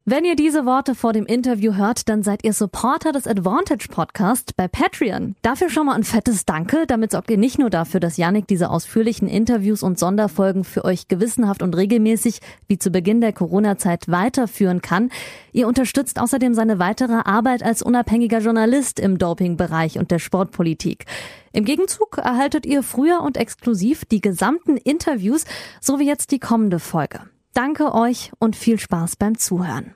Wenn ihr diese Worte vor dem Interview hört, dann seid ihr Supporter des Advantage Podcast bei Patreon. Dafür schon mal ein fettes Danke. Damit sorgt ihr nicht nur dafür, dass Yannick diese ausführlichen Interviews und Sonderfolgen für euch gewissenhaft und regelmäßig, wie zu Beginn der Corona-Zeit, weiterführen kann. Ihr unterstützt außerdem seine weitere Arbeit als unabhängiger Journalist im Dopingbereich und der Sportpolitik. Im Gegenzug erhaltet ihr früher und exklusiv die gesamten Interviews, so wie jetzt die kommende Folge. Danke euch und viel Spaß beim Zuhören.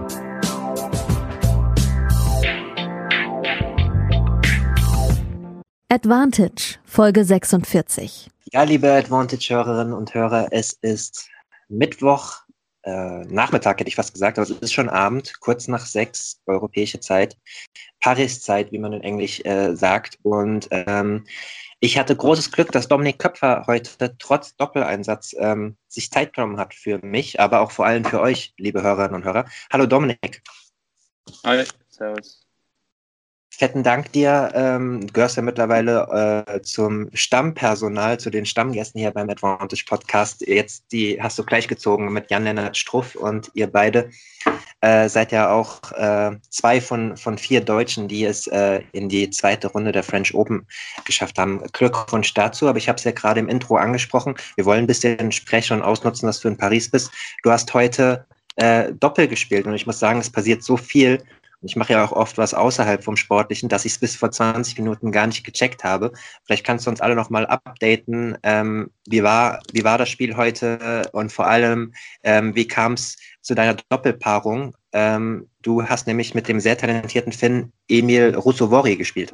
Advantage, Folge 46. Ja, liebe Advantage-Hörerinnen und Hörer, es ist Mittwoch, Nachmittag hätte ich fast gesagt, aber es ist schon Abend, kurz nach 6 europäische Zeit, Paris-Zeit, wie man in Englisch sagt. Und ich hatte großes Glück, dass Dominik Köpfer heute trotz Doppeleinsatz sich Zeit genommen hat für mich, aber auch vor allem für euch, liebe Hörerinnen und Hörer. Hallo Dominik. Hi, servus. Fetten Dank dir. Du gehörst ja mittlerweile zum Stammpersonal, zu den Stammgästen hier beim Advantage Podcast. Jetzt die hast du gleich gezogen mit Jan-Lennart Struff und ihr beide seid ja auch 2 von 4 Deutschen, die es in die zweite Runde der French Open geschafft haben. Glückwunsch dazu, aber ich habe es ja gerade im Intro angesprochen. Wir wollen ein bisschen sprechen und ausnutzen, dass du in Paris bist. Du hast heute Doppel gespielt und ich muss sagen, es passiert so viel. Ich mache ja auch oft was außerhalb vom Sportlichen, dass ich es bis vor 20 Minuten gar nicht gecheckt habe. Vielleicht kannst du uns alle nochmal updaten. Wie war das Spiel heute und vor allem, wie kam es zu deiner Doppelpaarung? Du hast nämlich mit dem sehr talentierten Finn Emil Ruusuvuori gespielt.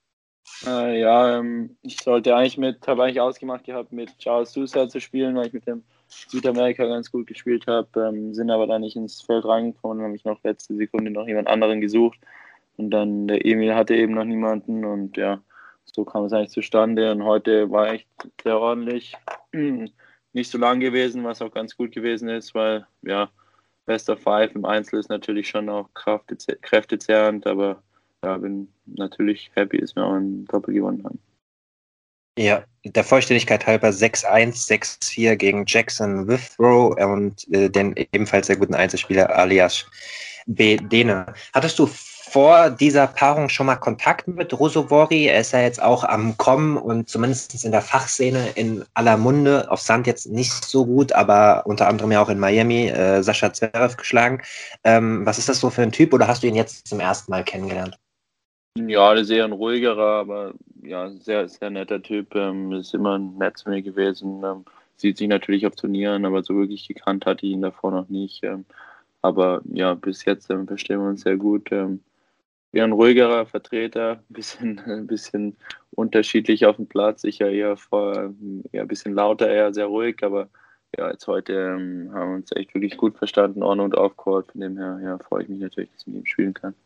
Ich habe eigentlich ausgemacht gehabt, mit Charles Sousa zu spielen, weil ich mit dem Südamerika ganz gut gespielt habe, sind aber da nicht ins Feld reingekommen, habe ich noch letzte Sekunde noch jemand anderen gesucht und dann der Emil hatte eben noch niemanden und ja, so kam es eigentlich zustande und heute war echt sehr ordentlich, nicht so lang gewesen, was auch ganz gut gewesen ist, weil ja, Best of 5 im Einzel ist natürlich schon auch kräftezehrend, aber ja, bin natürlich happy, dass wir auch ein Doppel gewonnen haben. Ja, der Vollständigkeit halber 6-1, 6-4 gegen Jackson Withrow und den ebenfalls sehr guten Einzelspieler Alias Bedene. Hattest du vor dieser Paarung schon mal Kontakt mit Ruusuvuori? Er ist ja jetzt auch am Kommen und zumindest in der Fachszene in aller Munde. Auf Sand jetzt nicht so gut, aber unter anderem ja auch in Miami Sascha Zverev geschlagen. Was ist das so für ein Typ oder hast du ihn jetzt zum ersten Mal kennengelernt? Ja, sehr ein ruhigerer, aber ja, sehr, sehr netter Typ. Ist immer nett zu mir gewesen. Sieht sich natürlich auf Turnieren, aber so wirklich gekannt hatte ich ihn davor noch nicht. Aber ja, bis jetzt verstehen wir uns sehr gut. Eher ein ruhigerer Vertreter, ein bisschen unterschiedlich auf dem Platz. Ich ja eher ein bisschen lauter, eher sehr ruhig, aber ja, jetzt heute haben wir uns echt wirklich gut verstanden, on und off Court. Von dem her ja, freue ich mich natürlich, dass ich mit ihm spielen kann.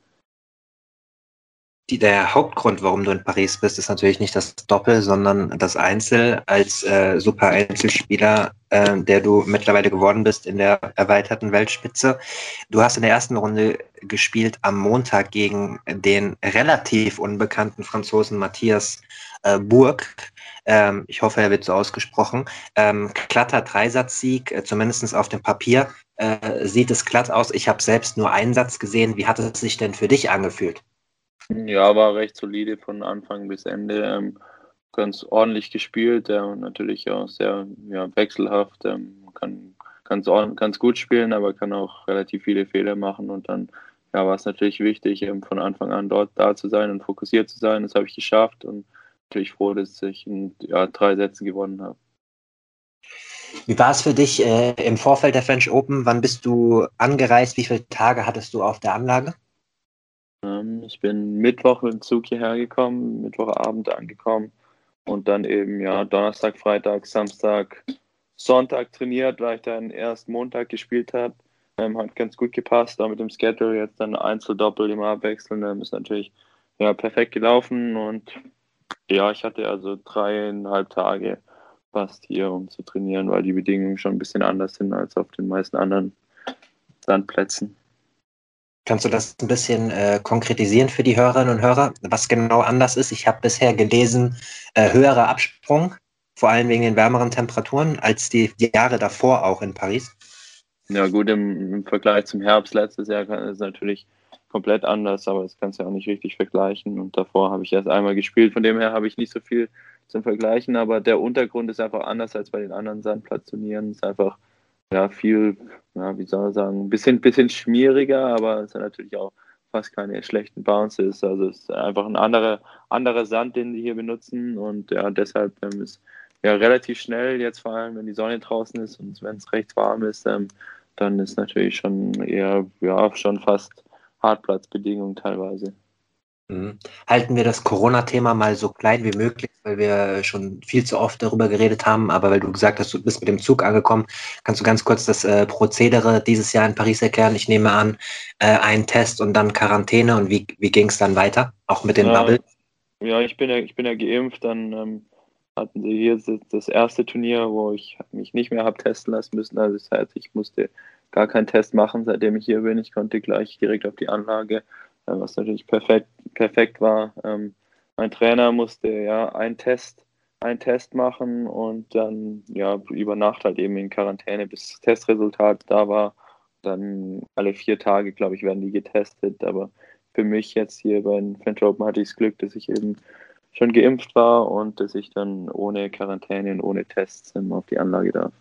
Der Hauptgrund, warum du in Paris bist, ist natürlich nicht das Doppel, sondern das Einzel als super Einzelspieler, der du mittlerweile geworden bist in der erweiterten Weltspitze. Du hast in der ersten Runde gespielt am Montag gegen den relativ unbekannten Franzosen Matthias Burg. Ich hoffe, er wird so ausgesprochen. Glatter Dreisatzsieg, zumindest auf dem Papier sieht es glatt aus. Ich habe selbst nur einen Satz gesehen. Wie hat es sich denn für dich angefühlt? Ja, war recht solide von Anfang bis Ende. Ganz ordentlich gespielt und natürlich auch sehr wechselhaft. Kann ganz gut spielen, aber kann auch relativ viele Fehler machen. Und dann war es natürlich wichtig, von Anfang an da zu sein und fokussiert zu sein. Das habe ich geschafft und natürlich froh, dass ich in 3 Sätzen gewonnen habe. Wie war es für dich im Vorfeld der French Open? Wann bist du angereist? Wie viele Tage hattest du auf der Anlage? Ich bin Mittwoch mit dem Zug hierher gekommen, Mittwochabend angekommen und dann eben Donnerstag, Freitag, Samstag, Sonntag trainiert, weil ich dann erst Montag gespielt habe. Hat ganz gut gepasst, auch mit dem Schedule, jetzt dann Einzel-Doppel im Abwechseln, ist natürlich perfekt gelaufen und ja, ich hatte also 3,5 Tage fast hier, um zu trainieren, weil die Bedingungen schon ein bisschen anders sind als auf den meisten anderen Sandplätzen. Kannst du das ein bisschen konkretisieren für die Hörerinnen und Hörer, was genau anders ist? Ich habe bisher gelesen, höherer Absprung, vor allem wegen den wärmeren Temperaturen, als die Jahre davor auch in Paris. Ja gut, im Vergleich zum Herbst letztes Jahr ist es natürlich komplett anders, aber das kannst du ja auch nicht richtig vergleichen. Und davor habe ich erst einmal gespielt, von dem her habe ich nicht so viel zum Vergleichen, aber der Untergrund ist einfach anders als bei den anderen Sandplatzturnieren. Es ist einfach ja viel, ja, wie soll man sagen, ein bisschen schmieriger, aber es sind natürlich auch fast keine schlechten Bounces. Also es ist einfach ein anderer Sand, den die hier benutzen und ja, deshalb ist ja relativ schnell jetzt vor allem, wenn die Sonne draußen ist und wenn es recht warm ist, dann ist natürlich schon eher, ja, schon fast Hartplatzbedingungen teilweise. Halten wir das Corona-Thema mal so klein wie möglich, weil wir schon viel zu oft darüber geredet haben. Aber weil du gesagt hast, du bist mit dem Zug angekommen, kannst du ganz kurz das Prozedere dieses Jahr in Paris erklären? Ich nehme an, einen Test und dann Quarantäne. Und wie ging es dann weiter? Auch mit den Ja, Bubble? ja, ich bin ja geimpft, dann hatten sie hier das erste Turnier, wo ich mich nicht mehr habe testen lassen müssen. Also das heißt, ich musste gar keinen Test machen, seitdem ich hier bin. Ich konnte gleich direkt auf die Anlage, was natürlich perfekt war. Mein Trainer musste ja einen Test machen und dann ja über Nacht halt eben in Quarantäne, bis das Testresultat da war. Dann alle 4 Tage, glaube ich, werden die getestet. Aber für mich jetzt hier bei den French Open hatte ich das Glück, dass ich eben schon geimpft war und dass ich dann ohne Quarantäne und ohne Tests auf die Anlage darf.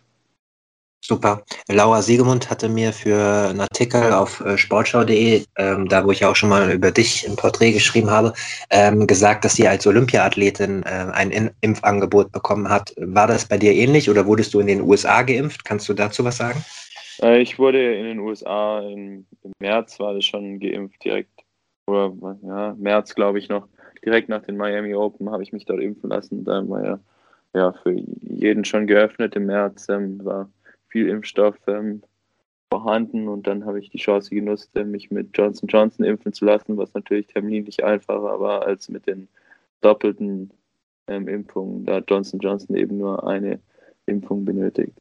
Super. Laura Siegemund hatte mir für einen Artikel auf sportschau.de, da wo ich ja auch schon mal über dich im Porträt geschrieben habe, gesagt, dass sie als Olympiaathletin ein Impfangebot bekommen hat. War das bei dir ähnlich oder wurdest du in den USA geimpft? Kannst du dazu was sagen? Ich wurde in den USA im März war das schon geimpft direkt. Oder ja, März glaube ich noch. Direkt nach den Miami Open habe ich mich dort impfen lassen. Da war ja für jeden schon geöffnet im März. War viel Impfstoff vorhanden und dann habe ich die Chance genutzt, mich mit Johnson Johnson impfen zu lassen, was natürlich terminlich einfacher war als mit den doppelten Impfungen, da Johnson Johnson eben nur eine Impfung benötigt.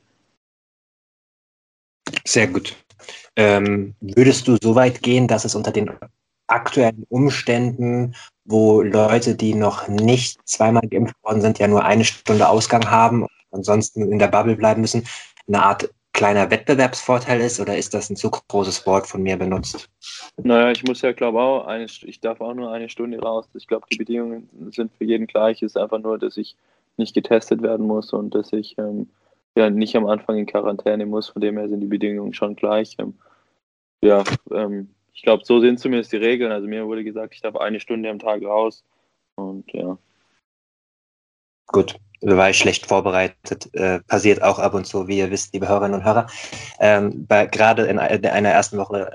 Sehr gut. Würdest du so weit gehen, dass es unter den aktuellen Umständen, wo Leute, die noch nicht zweimal geimpft worden sind, ja nur eine Stunde Ausgang haben und ansonsten in der Bubble bleiben müssen, eine Art kleiner Wettbewerbsvorteil ist oder ist das ein zu großes Wort von mir benutzt? Naja, ich muss ja, glaube auch, ich darf auch nur eine Stunde raus. Ich glaube, die Bedingungen sind für jeden gleich. Es ist einfach nur, dass ich nicht getestet werden muss und dass ich ja nicht am Anfang in Quarantäne muss. Von dem her sind die Bedingungen schon gleich. Ja, ich glaube, so sind zumindest die Regeln. Also mir wurde gesagt, ich darf eine Stunde am Tag raus. Und ja. Gut, war ich schlecht vorbereitet. Passiert auch ab und zu, wie ihr wisst, liebe Hörerinnen und Hörer. Gerade in einer ersten Woche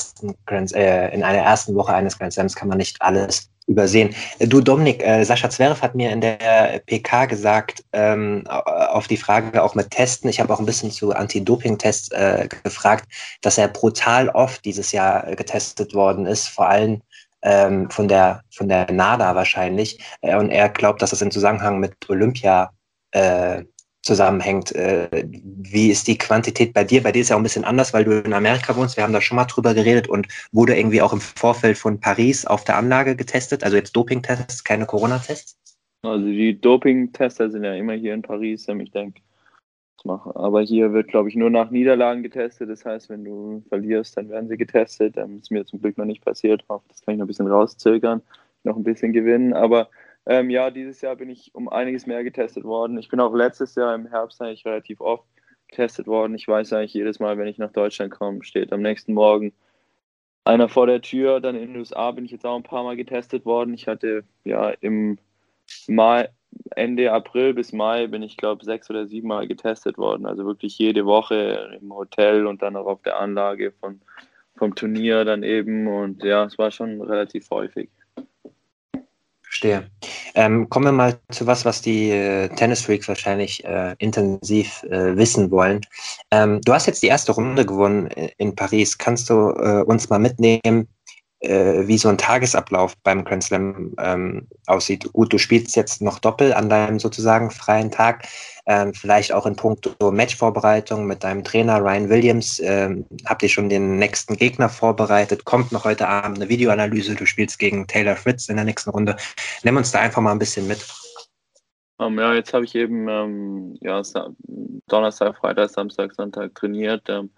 in einer ersten Woche eines Grand Slams kann man nicht alles übersehen. Du, Dominik, Sascha Zverev hat mir in der PK gesagt, auf die Frage auch mit Testen, ich habe auch ein bisschen zu Anti-Doping-Tests gefragt, dass er brutal oft dieses Jahr getestet worden ist, vor allem von der NADA wahrscheinlich. Und er glaubt, dass das im Zusammenhang mit Olympia zusammenhängt. Wie ist die Quantität bei dir? Bei dir ist ja auch ein bisschen anders, weil du in Amerika wohnst. Wir haben da schon mal drüber geredet und wurde irgendwie auch im Vorfeld von Paris auf der Anlage getestet. Also jetzt Doping-Tests, keine Corona-Tests? Also die Doping-Tester sind ja immer hier in Paris. Ich denke, aber hier wird, glaube ich, nur nach Niederlagen getestet. Das heißt, wenn du verlierst, dann werden sie getestet. Ist mir zum Glück noch nicht passiert. Das kann ich noch ein bisschen rauszögern, noch ein bisschen gewinnen. Aber ja, dieses Jahr bin ich um einiges mehr getestet worden. Ich bin auch letztes Jahr im Herbst eigentlich relativ oft getestet worden. Ich weiß eigentlich jedes Mal, wenn ich nach Deutschland komme, steht am nächsten Morgen einer vor der Tür. Dann in den USA bin ich jetzt auch ein paar Mal getestet worden. Ich hatte ja im Mai, Ende April bis Mai bin ich, glaube 6 oder 7 Mal getestet worden. Also wirklich jede Woche im Hotel und dann auch auf der Anlage vom Turnier dann eben. Und ja, es war schon relativ häufig. Verstehe. Kommen wir mal zu was die Tennis-Freaks wahrscheinlich intensiv wissen wollen. Du hast jetzt die erste Runde gewonnen in Paris. Kannst du uns mal mitnehmen, wie so ein Tagesablauf beim Grand Slam aussieht? Gut, du spielst jetzt noch Doppel an deinem sozusagen freien Tag. Vielleicht auch in puncto Matchvorbereitung mit deinem Trainer Ryan Williams. Habt ihr schon den nächsten Gegner vorbereitet? Kommt noch heute Abend eine Videoanalyse? Du spielst gegen Taylor Fritz in der nächsten Runde. Nimm uns da einfach mal ein bisschen mit. Ja, jetzt habe ich eben ja, Donnerstag, Freitag, Samstag, Sonntag trainiert.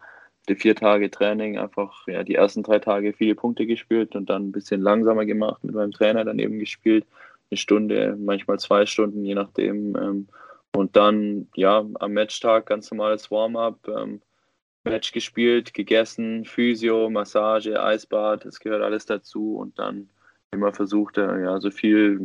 die 4 Tage Training einfach, ja, die ersten 3 Tage viele Punkte gespielt und dann ein bisschen langsamer gemacht, mit meinem Trainer dann eben gespielt. 1 Stunde, manchmal 2 Stunden, je nachdem. Und dann, ja, am Matchtag ganz normales Warm-up, Match gespielt, gegessen, Physio, Massage, Eisbad, das gehört alles dazu und dann immer versucht, ja, so viel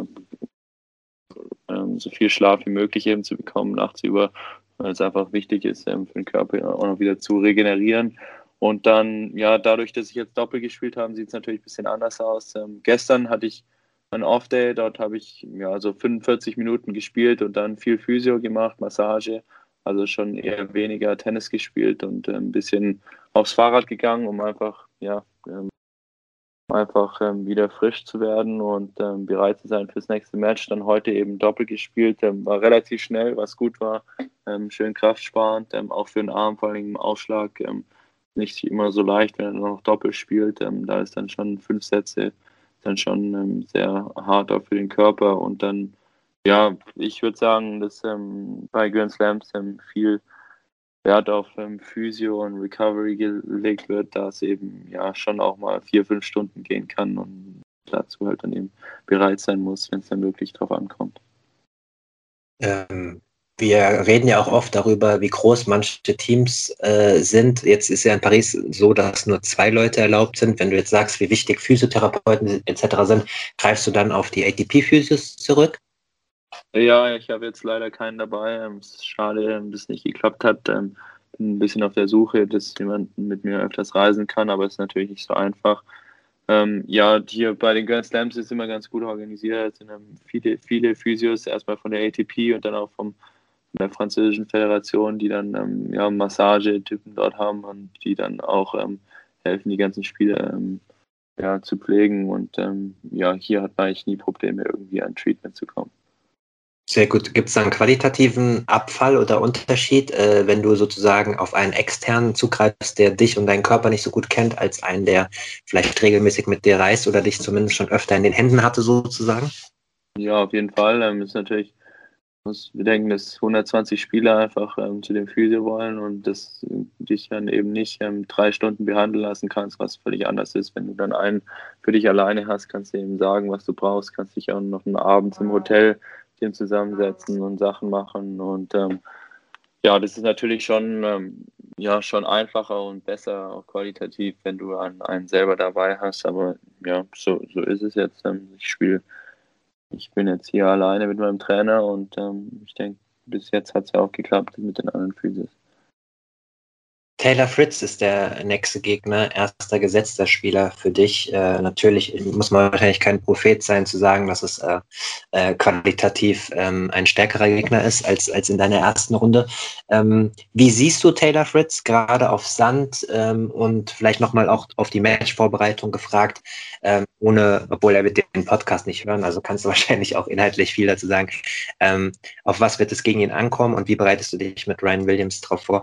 Schlaf wie möglich eben zu bekommen, nachts über, weil es einfach wichtig ist, für den Körper auch noch wieder zu regenerieren. Und dann, ja, dadurch, dass ich jetzt Doppel gespielt habe, sieht es natürlich ein bisschen anders aus. Gestern hatte ich einen Off-Day, dort habe ich ja so 45 Minuten gespielt und dann viel Physio gemacht, Massage, also schon eher weniger Tennis gespielt und ein bisschen aufs Fahrrad gegangen, um einfach, ja, wieder frisch zu werden und bereit zu sein fürs nächste Match. Dann heute eben Doppel gespielt, war relativ schnell, was gut war, schön kraftsparend, auch für den Arm, vor allem im Aufschlag, nicht immer so leicht, wenn er noch Doppel spielt. Da ist dann schon 5 Sätze, dann schon sehr hart auch für den Körper und dann, ja, ich würde sagen, dass bei Grand Slams viel Wert auf Physio und Recovery gelegt wird, da es eben ja schon auch mal 4, 5 Stunden gehen kann und dazu halt dann eben bereit sein muss, wenn es dann wirklich drauf ankommt. Wir reden ja auch oft darüber, wie groß manche Teams sind. Jetzt ist ja in Paris so, dass nur 2 Leute erlaubt sind. Wenn du jetzt sagst, wie wichtig Physiotherapeuten etc. sind, greifst du dann auf die ATP-Physios zurück? Ja, ich habe jetzt leider keinen dabei. Es ist schade, dass es nicht geklappt hat. Bin ein bisschen auf der Suche, dass jemand mit mir öfters reisen kann, aber es ist natürlich nicht so einfach. Ja, hier bei den Grand Slams ist es immer ganz gut organisiert. Es sind viele Physios, erstmal von der ATP und dann auch von der französischen Föderation, die dann ja, Massagetypen dort haben und die dann auch helfen, die ganzen Spiele ja, zu pflegen. Und ja, hier hat man eigentlich nie Probleme, irgendwie an Treatment zu kommen. Sehr gut. Gibt es da einen qualitativen Abfall oder Unterschied, wenn du sozusagen auf einen externen zugreifst, der dich und deinen Körper nicht so gut kennt, als einen, der vielleicht regelmäßig mit dir reist oder dich zumindest schon öfter in den Händen hatte, sozusagen? Ja, auf jeden Fall. Ist natürlich, muss bedenken, dass 120 Spieler einfach zu dem Physio wollen und dass dich dann eben nicht 3 Stunden behandeln lassen kannst, was völlig anders ist. Wenn du dann einen für dich alleine hast, kannst du eben sagen, was du brauchst, kannst dich auch noch einen Abend im Hotel dem zusammensetzen und Sachen machen und ja, das ist natürlich schon, ja, schon einfacher und besser, auch qualitativ, wenn du einen selber dabei hast. Aber ja, so ist es jetzt. Ich bin jetzt hier alleine mit meinem Trainer und ich denke, bis jetzt hat es ja auch geklappt mit den anderen Physios. Taylor Fritz ist der nächste Gegner, erster gesetzter Spieler für dich. Natürlich muss man wahrscheinlich kein Prophet sein, zu sagen, dass es qualitativ ein stärkerer Gegner ist als in deiner ersten Runde. Wie siehst du Taylor Fritz gerade auf Sand und vielleicht nochmal auch auf die Matchvorbereitung gefragt, obwohl er wird den Podcast nicht hören, also kannst du wahrscheinlich auch inhaltlich viel dazu sagen. Auf was wird es gegen ihn ankommen und wie bereitest du dich mit Ryan Williams drauf vor?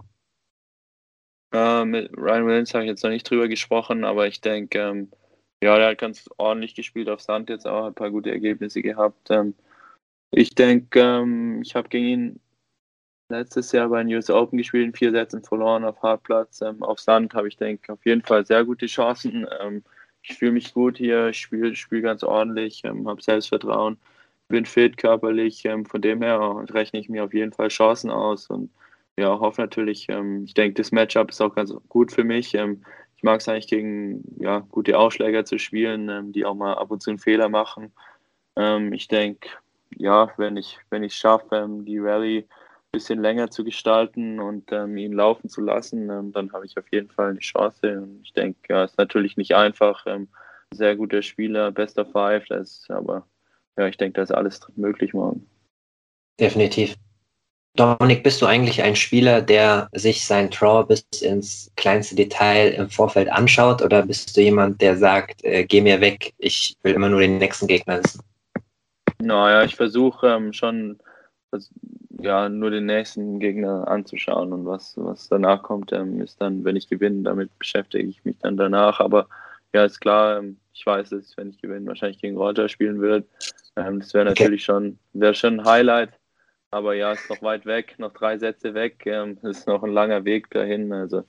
Mit Ryan Williams habe ich jetzt noch nicht drüber gesprochen, aber ich denke, ja, der hat ganz ordentlich gespielt auf Sand jetzt auch, hat ein paar gute Ergebnisse gehabt. Ich denke, ich habe gegen ihn letztes Jahr bei den US Open gespielt, in 4 Sätzen verloren auf Hartplatz. Auf Sand habe ich, denke, auf jeden Fall sehr gute Chancen. Ich fühle mich gut hier, ich spiele ganz ordentlich, habe Selbstvertrauen, bin fit körperlich. Von dem her rechne ich mir auf jeden Fall Chancen aus und ja, hoffe natürlich, ich denke, das Matchup ist auch ganz gut für mich. Ich mag es eigentlich gegen ja, gute Ausschläger zu spielen, die auch mal ab und zu einen Fehler machen. Ich denke, ja, wenn ich schaffe, die Rallye ein bisschen länger zu gestalten und ihn laufen zu lassen, dann habe ich auf jeden Fall eine Chance. Und ich denke, ja, ist natürlich nicht einfach. Sehr guter Spieler, bester Five, aber ja, ich denke, da ist alles möglich morgen. Definitiv. Dominik, bist du eigentlich ein Spieler, der sich sein Draw bis ins kleinste Detail im Vorfeld anschaut oder bist du jemand, der sagt, geh mir weg, ich will immer nur den nächsten Gegner wissen? Naja, ich versuche schon ja, nur den nächsten Gegner anzuschauen und was danach kommt, ist dann, wenn ich gewinne, damit beschäftige ich mich dann danach. Aber ja, ist klar, ich weiß, dass wenn ich gewinne, wahrscheinlich gegen Roger spielen wird. Das wäre natürlich schon ein Highlight. Aber ja, ist noch weit weg, noch 3 Sätze weg. Ist noch ein langer Weg dahin. Also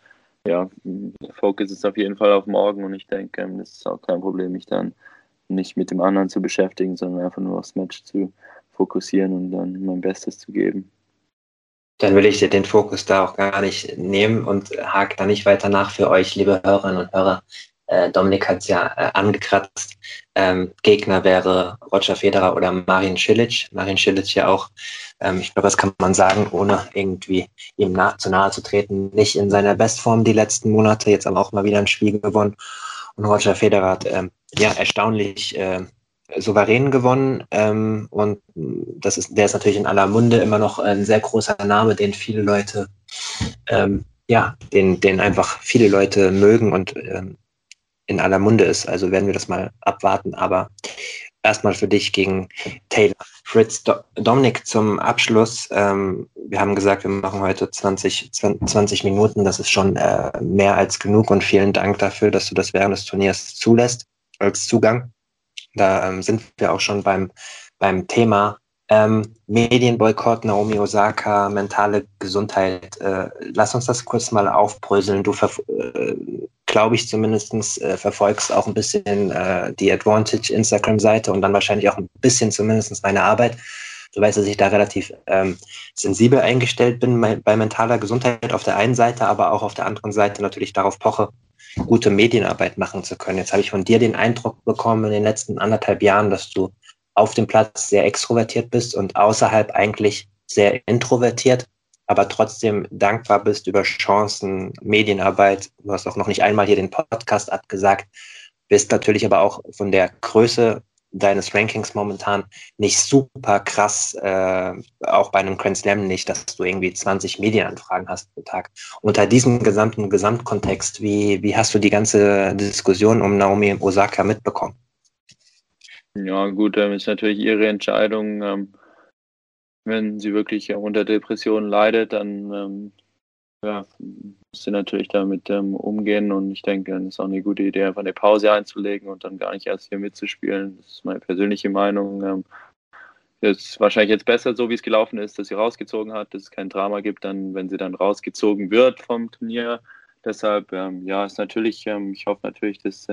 ja, der Fokus ist auf jeden Fall auf morgen und ich denke, das ist auch kein Problem, mich dann nicht mit dem anderen zu beschäftigen, sondern einfach nur aufs Match zu fokussieren und dann mein Bestes zu geben. Dann will ich dir den Fokus da auch gar nicht nehmen und hake da nicht weiter nach für euch, liebe Hörerinnen und Hörer. Dominik hat es ja angekratzt. Gegner wäre Roger Federer oder Marin Cilic. Marin Cilic ja auch, ich glaube, das kann man sagen, ohne irgendwie ihm zu nahe zu treten, nicht in seiner Bestform die letzten Monate, jetzt aber auch mal wieder ein Spiel gewonnen. Und Roger Federer hat ja erstaunlich souverän gewonnen und der ist natürlich in aller Munde immer noch ein sehr großer Name, den viele Leute den einfach viele Leute mögen und in aller Munde ist. Also werden wir das mal abwarten. Aber erstmal für dich gegen Taylor Fritz. Dominik, zum Abschluss. Wir haben gesagt, wir machen heute 20 Minuten. Das ist schon mehr als genug und vielen Dank dafür, dass du das während des Turniers zulässt als Zugang. Da sind wir auch schon beim Thema Medienboykott, Naomi Osaka, mentale Gesundheit. Lass uns das kurz mal aufbröseln. Du, glaube ich zumindest, verfolgst auch ein bisschen die Advantage Instagram-Seite und dann wahrscheinlich auch ein bisschen zumindest meine Arbeit. Du weißt, dass ich da relativ sensibel eingestellt bin bei mentaler Gesundheit auf der einen Seite, aber auch auf der anderen Seite natürlich darauf poche, gute Medienarbeit machen zu können. Jetzt habe ich von dir den Eindruck bekommen in den letzten 1,5 Jahren, dass du auf dem Platz sehr extrovertiert bist und außerhalb eigentlich sehr introvertiert, aber trotzdem dankbar bist über Chancen, Medienarbeit. Du hast auch noch nicht einmal hier den Podcast abgesagt, bist natürlich aber auch von der Größe deines Rankings momentan nicht super krass, auch bei einem Grand Slam nicht, dass du irgendwie 20 Medienanfragen hast pro Tag. Unter diesem Gesamtkontext, wie hast du die ganze Diskussion um Naomi Osaka mitbekommen? Ja, gut, ist natürlich ihre Entscheidung. Wenn sie wirklich unter Depressionen leidet, dann muss sie natürlich damit umgehen und ich denke, dann ist auch eine gute Idee, einfach eine Pause einzulegen und dann gar nicht erst hier mitzuspielen. Das ist meine persönliche Meinung. Das ist wahrscheinlich jetzt besser, so wie es gelaufen ist, dass sie rausgezogen hat, dass es kein Drama gibt, dann, wenn sie dann rausgezogen wird vom Turnier. Deshalb, ist natürlich, ich hoffe natürlich, dass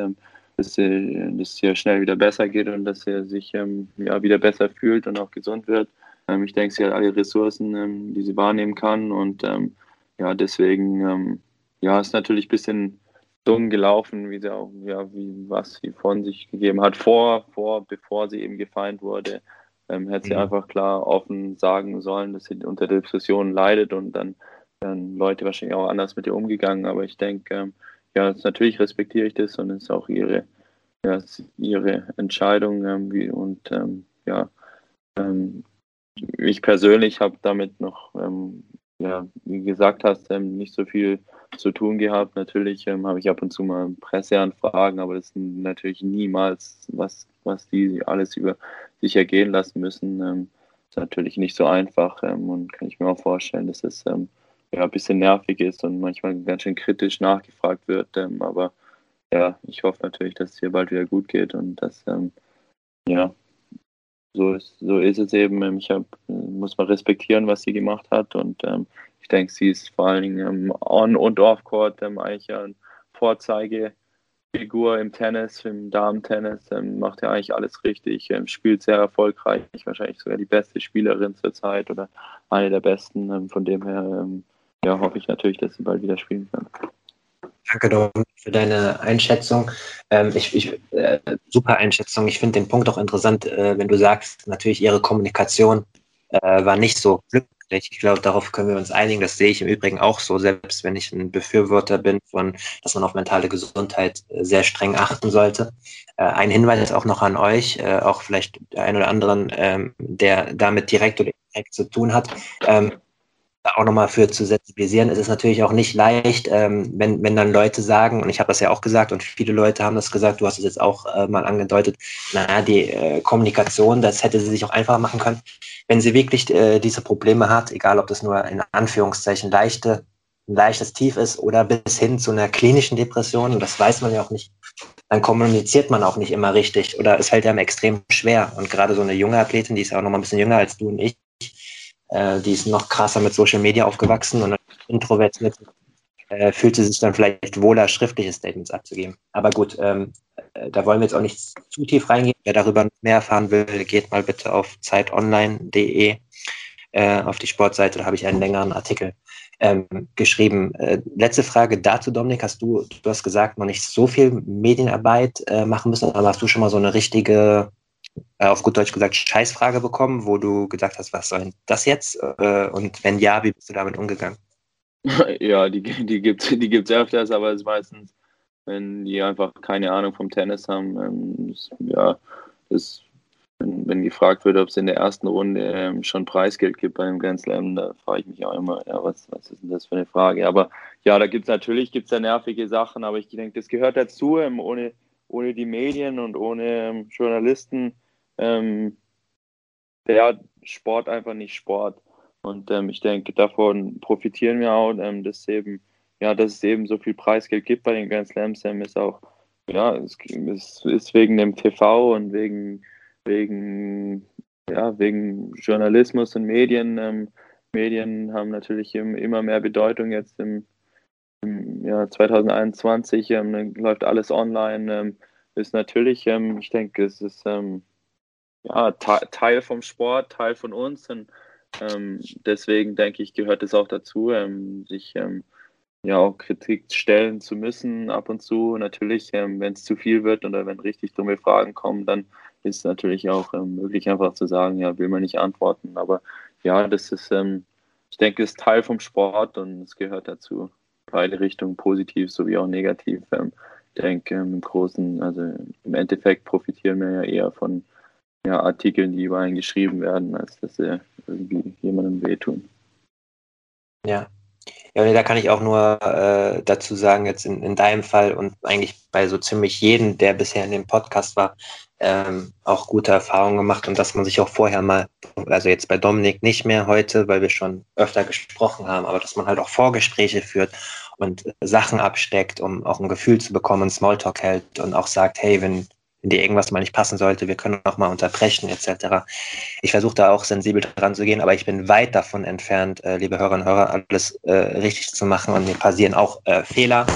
es hier schnell wieder besser geht und dass er sich wieder besser fühlt und auch gesund wird. Ich denke, sie hat alle Ressourcen, die sie wahrnehmen kann und deswegen ist natürlich ein bisschen dumm gelaufen, wie sie auch, was sie von sich gegeben hat, bevor sie eben gefeind wurde. Hätte sie einfach klar offen sagen sollen, dass sie unter Depressionen leidet und dann Leute wahrscheinlich auch anders mit ihr umgegangen. Aber ich denke, natürlich respektiere ich das und es ist auch ihre Entscheidung. Ich persönlich habe damit noch, wie gesagt hast, nicht so viel zu tun gehabt. Natürlich habe ich ab und zu mal Presseanfragen, aber das ist natürlich niemals was die alles über sich ergehen lassen müssen. Ist natürlich nicht so einfach und kann ich mir auch vorstellen, dass es ein bisschen nervig ist und manchmal ganz schön kritisch nachgefragt wird. Aber ja, ich hoffe natürlich, dass es hier bald wieder gut geht und dass so ist es eben. Muss man respektieren, was sie gemacht hat und ich denke, sie ist vor allen Dingen on- und off-court eigentlich eine Vorzeigefigur im Tennis, im Damen-Tennis, macht ja eigentlich alles richtig, spielt sehr erfolgreich, wahrscheinlich sogar die beste Spielerin zurzeit oder eine der besten. Von dem her hoffe ich natürlich, dass sie bald wieder spielen kann. Danke, Dominik, für deine Einschätzung. Super Einschätzung. Ich finde den Punkt auch interessant, wenn du sagst, natürlich ihre Kommunikation war nicht so glücklich. Ich glaube, darauf können wir uns einigen. Das sehe ich im Übrigen auch so, selbst wenn ich ein Befürworter bin, dass man auf mentale Gesundheit sehr streng achten sollte. Ein Hinweis auch noch an euch, auch vielleicht der ein oder anderen, der damit direkt oder indirekt zu tun hat. Auch nochmal für zu sensibilisieren, ist es natürlich auch nicht leicht, wenn dann Leute sagen, und ich habe das ja auch gesagt und viele Leute haben das gesagt, du hast es jetzt auch mal angedeutet, die Kommunikation, das hätte sie sich auch einfach machen können. Wenn sie wirklich diese Probleme hat, egal ob das nur in Anführungszeichen ein leichtes Tief ist oder bis hin zu einer klinischen Depression, und das weiß man ja auch nicht, dann kommuniziert man auch nicht immer richtig oder es fällt einem extrem schwer. Und gerade so eine junge Athletin, die ist ja auch noch mal ein bisschen jünger als du und ich, die ist noch krasser mit Social Media aufgewachsen und introvertiert, fühlt sie sich dann vielleicht wohler, schriftliche Statements abzugeben. Aber gut, da wollen wir jetzt auch nicht zu tief reingehen. Wer darüber mehr erfahren will, geht mal bitte auf zeitonline.de auf die Sportseite, da habe ich einen längeren Artikel geschrieben. Letzte Frage dazu, Dominik. Du hast gesagt, noch nicht so viel Medienarbeit machen müssen, aber hast du schon mal so eine richtige, auf gut Deutsch gesagt, Scheißfrage bekommen, wo du gesagt hast, was soll denn das jetzt? Und wenn ja, wie bist du damit umgegangen? Ja, die gibt's öfters, aber es ist meistens, wenn die einfach keine Ahnung vom Tennis haben. Wenn gefragt wird, ob es in der ersten Runde schon Preisgeld gibt bei einem Grand Slam, da frage ich mich auch immer, ja, was ist denn das für eine Frage? Aber ja, da gibt's da nervige Sachen, aber ich denke, das gehört dazu. Ohne die Medien und ohne Journalisten wäre Sport einfach nicht Sport. Und ich denke, davon profitieren wir auch, dass es eben so viel Preisgeld gibt bei den Grand Slams, ist auch, ja, es ist wegen dem TV und wegen Journalismus und Medien. Medien haben natürlich immer mehr Bedeutung jetzt im Jahr 2021, läuft alles online, ist natürlich, ich denke, es ist Teil vom Sport, Teil von uns und deswegen denke ich, gehört es auch dazu, sich auch Kritik stellen zu müssen ab und zu. Natürlich, wenn es zu viel wird oder wenn richtig dumme Fragen kommen, dann ist es natürlich auch möglich, einfach zu sagen, ja, will man nicht antworten. Aber ja, das ist, ich denke, es ist Teil vom Sport und es gehört dazu. Beide Richtungen, positiv sowie auch negativ. Ich denke, im Endeffekt profitieren wir ja eher von Artikeln, die über einen geschrieben werden, als dass sie irgendwie jemandem wehtun. Ja. Ja, nee, da kann ich auch nur dazu sagen, jetzt in deinem Fall und eigentlich bei so ziemlich jedem, der bisher in dem Podcast war, auch gute Erfahrungen gemacht und dass man sich auch vorher mal, also jetzt bei Dominik nicht mehr heute, weil wir schon öfter gesprochen haben, aber dass man halt auch Vorgespräche führt und Sachen absteckt, um auch ein Gefühl zu bekommen und Smalltalk hält und auch sagt, hey, wenn dir irgendwas mal nicht passen sollte, wir können auch mal unterbrechen, etc. Ich versuche da auch sensibel dran zu gehen, aber ich bin weit davon entfernt, liebe Hörerinnen und Hörer, alles richtig zu machen und mir passieren auch Fehler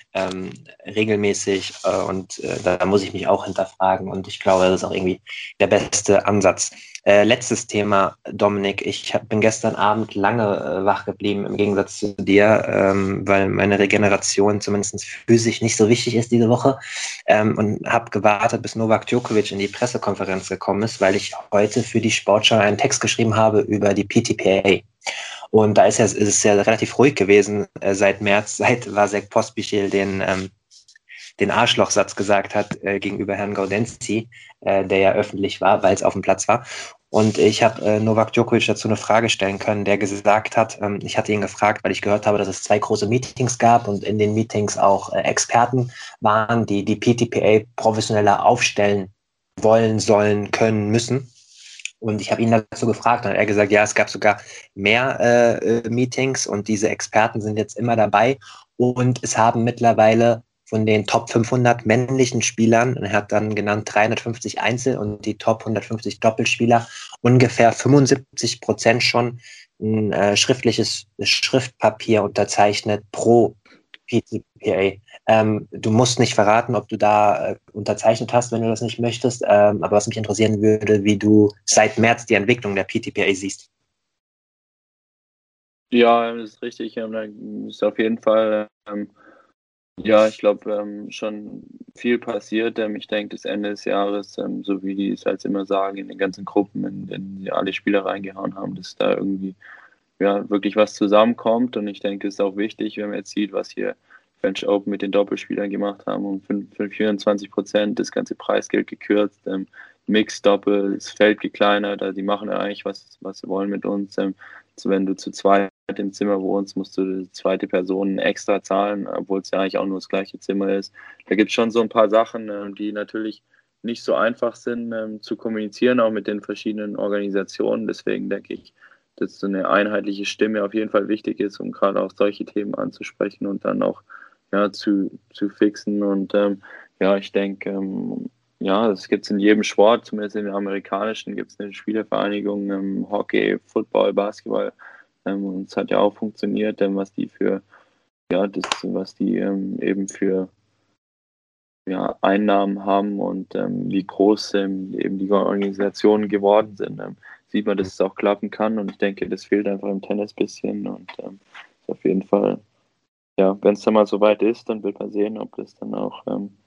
regelmäßig und da muss ich mich auch hinterfragen und ich glaube, das ist auch irgendwie der beste Ansatz. Letztes Thema, Dominik. Ich bin gestern Abend lange wach geblieben, im Gegensatz zu dir, weil meine Regeneration zumindest physisch nicht so wichtig ist diese Woche und habe gewartet, bis Novak Djokovic in die Pressekonferenz gekommen ist, weil ich heute für die Sportschau einen Text geschrieben habe über die PTPA. Und da ist es ja relativ ruhig gewesen seit März, seit Vasek Pospischil den Arschlochsatz gesagt hat gegenüber Herrn Gaudenzi, der ja öffentlich war, weil es auf dem Platz war. Und ich habe Novak Djokovic dazu eine Frage stellen können, der gesagt hat, ich hatte ihn gefragt, weil ich gehört habe, dass es 2 große Meetings gab und in den Meetings auch Experten waren, die die PTPA professioneller aufstellen wollen, sollen, können, müssen. Und ich habe ihn dazu gefragt und er hat gesagt, ja, es gab sogar mehr Meetings und diese Experten sind jetzt immer dabei und es haben mittlerweile von den Top 500 männlichen Spielern, und er hat dann genannt 350 Einzel und die Top 150 Doppelspieler, ungefähr 75% schon ein schriftliches Schriftpapier unterzeichnet pro PTPA. Du musst nicht verraten, ob du da unterzeichnet hast, wenn du das nicht möchtest. Aber was mich interessieren würde, wie du seit März die Entwicklung der PTPA siehst. Ja, das ist richtig. Da ist auf jeden Fall, ich glaube, schon viel passiert. Ich denke, das Ende des Jahres, so wie die es halt immer sagen, in den ganzen Gruppen, in denen sie alle Spieler reingehauen haben, dass da irgendwie wirklich was zusammenkommt. Und ich denke, es ist auch wichtig, wenn man jetzt sieht, was hier French Open mit den Doppelspielern gemacht haben, um 24% das ganze Preisgeld gekürzt, Mix-Doppel, das Feld gekleinert, also die machen ja eigentlich, was sie wollen mit uns. Also wenn du zu zweit im Zimmer wohnst, musst du die zweite Person extra zahlen, obwohl es ja eigentlich auch nur das gleiche Zimmer ist. Da gibt es schon so ein paar Sachen, die natürlich nicht so einfach sind zu kommunizieren, auch mit den verschiedenen Organisationen. Deswegen denke ich, dass so eine einheitliche Stimme auf jeden Fall wichtig ist, um gerade auch solche Themen anzusprechen und dann auch zu fixen. Und ich denke, das gibt es in jedem Sport, zumindest in den amerikanischen, gibt es eine Spielervereinigung, Hockey, Football, Basketball. Und es hat ja auch funktioniert, was die für das, was die eben für Einnahmen haben und wie groß eben die Organisationen geworden sind, sieht man, dass es auch klappen kann. Und ich denke, das fehlt einfach im Tennis ein bisschen. Und ist auf jeden Fall, wenn es dann mal so weit ist, dann wird man sehen, ob das dann auch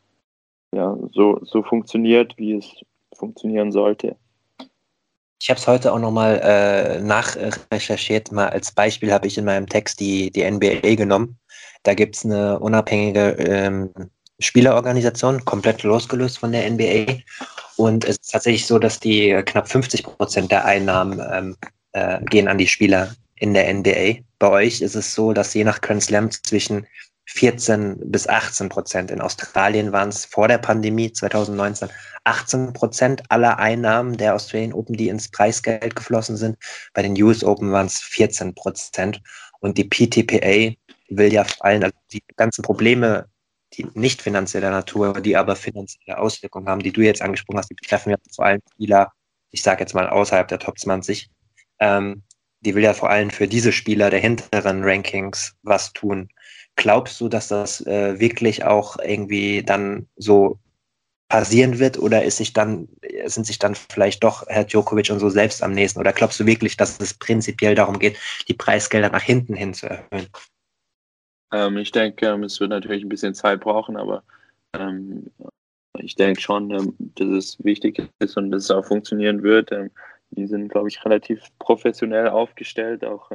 so funktioniert, wie es funktionieren sollte. Ich habe es heute auch nochmal nachrecherchiert. Mal als Beispiel habe ich in meinem Text die NBA genommen. Da gibt es eine unabhängige Spielerorganisation, komplett losgelöst von der NBA. Und es ist tatsächlich so, dass die knapp 50% der Einnahmen gehen an die Spieler in der NBA. Bei euch ist es so, dass je nach Grand Slam zwischen 14-18%. In Australien waren es vor der Pandemie 2019 18% aller Einnahmen der Australian Open, die ins Preisgeld geflossen sind. Bei den US Open waren es 14%. Und die PTPA will ja vor allem, also die ganzen Probleme, die nicht finanzieller Natur, die aber finanzielle Auswirkungen haben, die du jetzt angesprochen hast, die betreffen ja vor allem Spieler, ich sage jetzt mal außerhalb der Top 20. Die will ja vor allem für diese Spieler der hinteren Rankings was tun. Glaubst du, dass das wirklich auch irgendwie dann so passieren wird oder sind sich dann vielleicht doch Herr Djokovic und so selbst am nächsten? Oder glaubst du wirklich, dass es prinzipiell darum geht, die Preisgelder nach hinten hin zu erhöhen? Ich denke, es wird natürlich ein bisschen Zeit brauchen, aber ich denke schon, dass es wichtig ist und dass es auch funktionieren wird. Die sind, glaube ich, relativ professionell aufgestellt, auch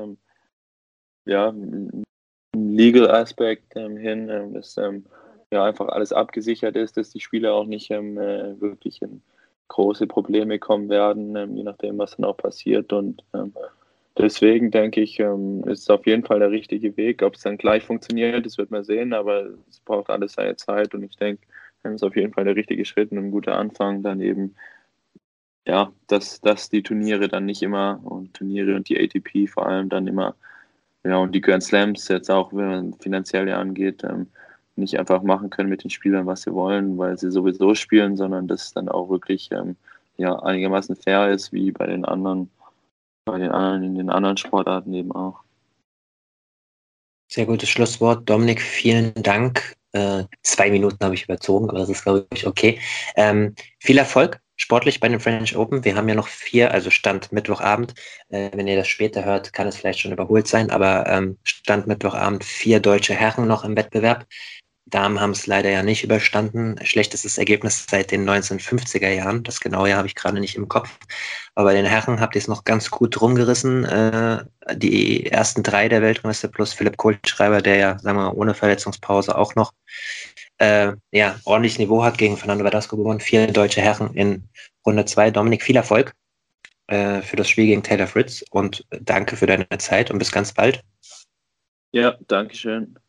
im Legal-Aspekt hin, dass einfach alles abgesichert ist, dass die Spieler auch nicht wirklich in große Probleme kommen werden, je nachdem, was dann auch passiert. Und deswegen denke ich, ist es auf jeden Fall der richtige Weg. Ob es dann gleich funktioniert, das wird man sehen, aber es braucht alles seine Zeit und ich denke, es ist auf jeden Fall der richtige Schritt und ein guter Anfang, dann eben, dass die Turniere dann nicht immer und Turniere und die ATP vor allem dann immer, und die Grand Slams jetzt auch, wenn man finanziell angeht, nicht einfach machen können mit den Spielern, was sie wollen, weil sie sowieso spielen, sondern dass es dann auch wirklich einigermaßen fair ist, wie bei den anderen in den anderen Sportarten eben auch. Sehr gutes Schlusswort. Dominik, vielen Dank. 2 Minuten habe ich überzogen, aber das ist, glaube ich, okay. Viel Erfolg sportlich bei den French Open. Wir haben ja noch 4, also Stand Mittwochabend. Wenn ihr das später hört, kann es vielleicht schon überholt sein, aber Stand Mittwochabend 4 deutsche Herren noch im Wettbewerb. Damen haben es leider ja nicht überstanden. Schlechtestes Ergebnis seit den 1950er Jahren. Das genaue Jahr habe ich gerade nicht im Kopf. Aber bei den Herren habt ihr es noch ganz gut rumgerissen. Die ersten 3 der Weltrangliste plus Philipp Kohlschreiber, der ja, sagen wir mal, ohne Verletzungspause auch noch ordentlich Niveau hat, gegen Fernando Verdasco gewonnen. 4 deutsche Herren in Runde 2. Dominik, viel Erfolg für das Spiel gegen Taylor Fritz und danke für deine Zeit und bis ganz bald. Ja, danke schön.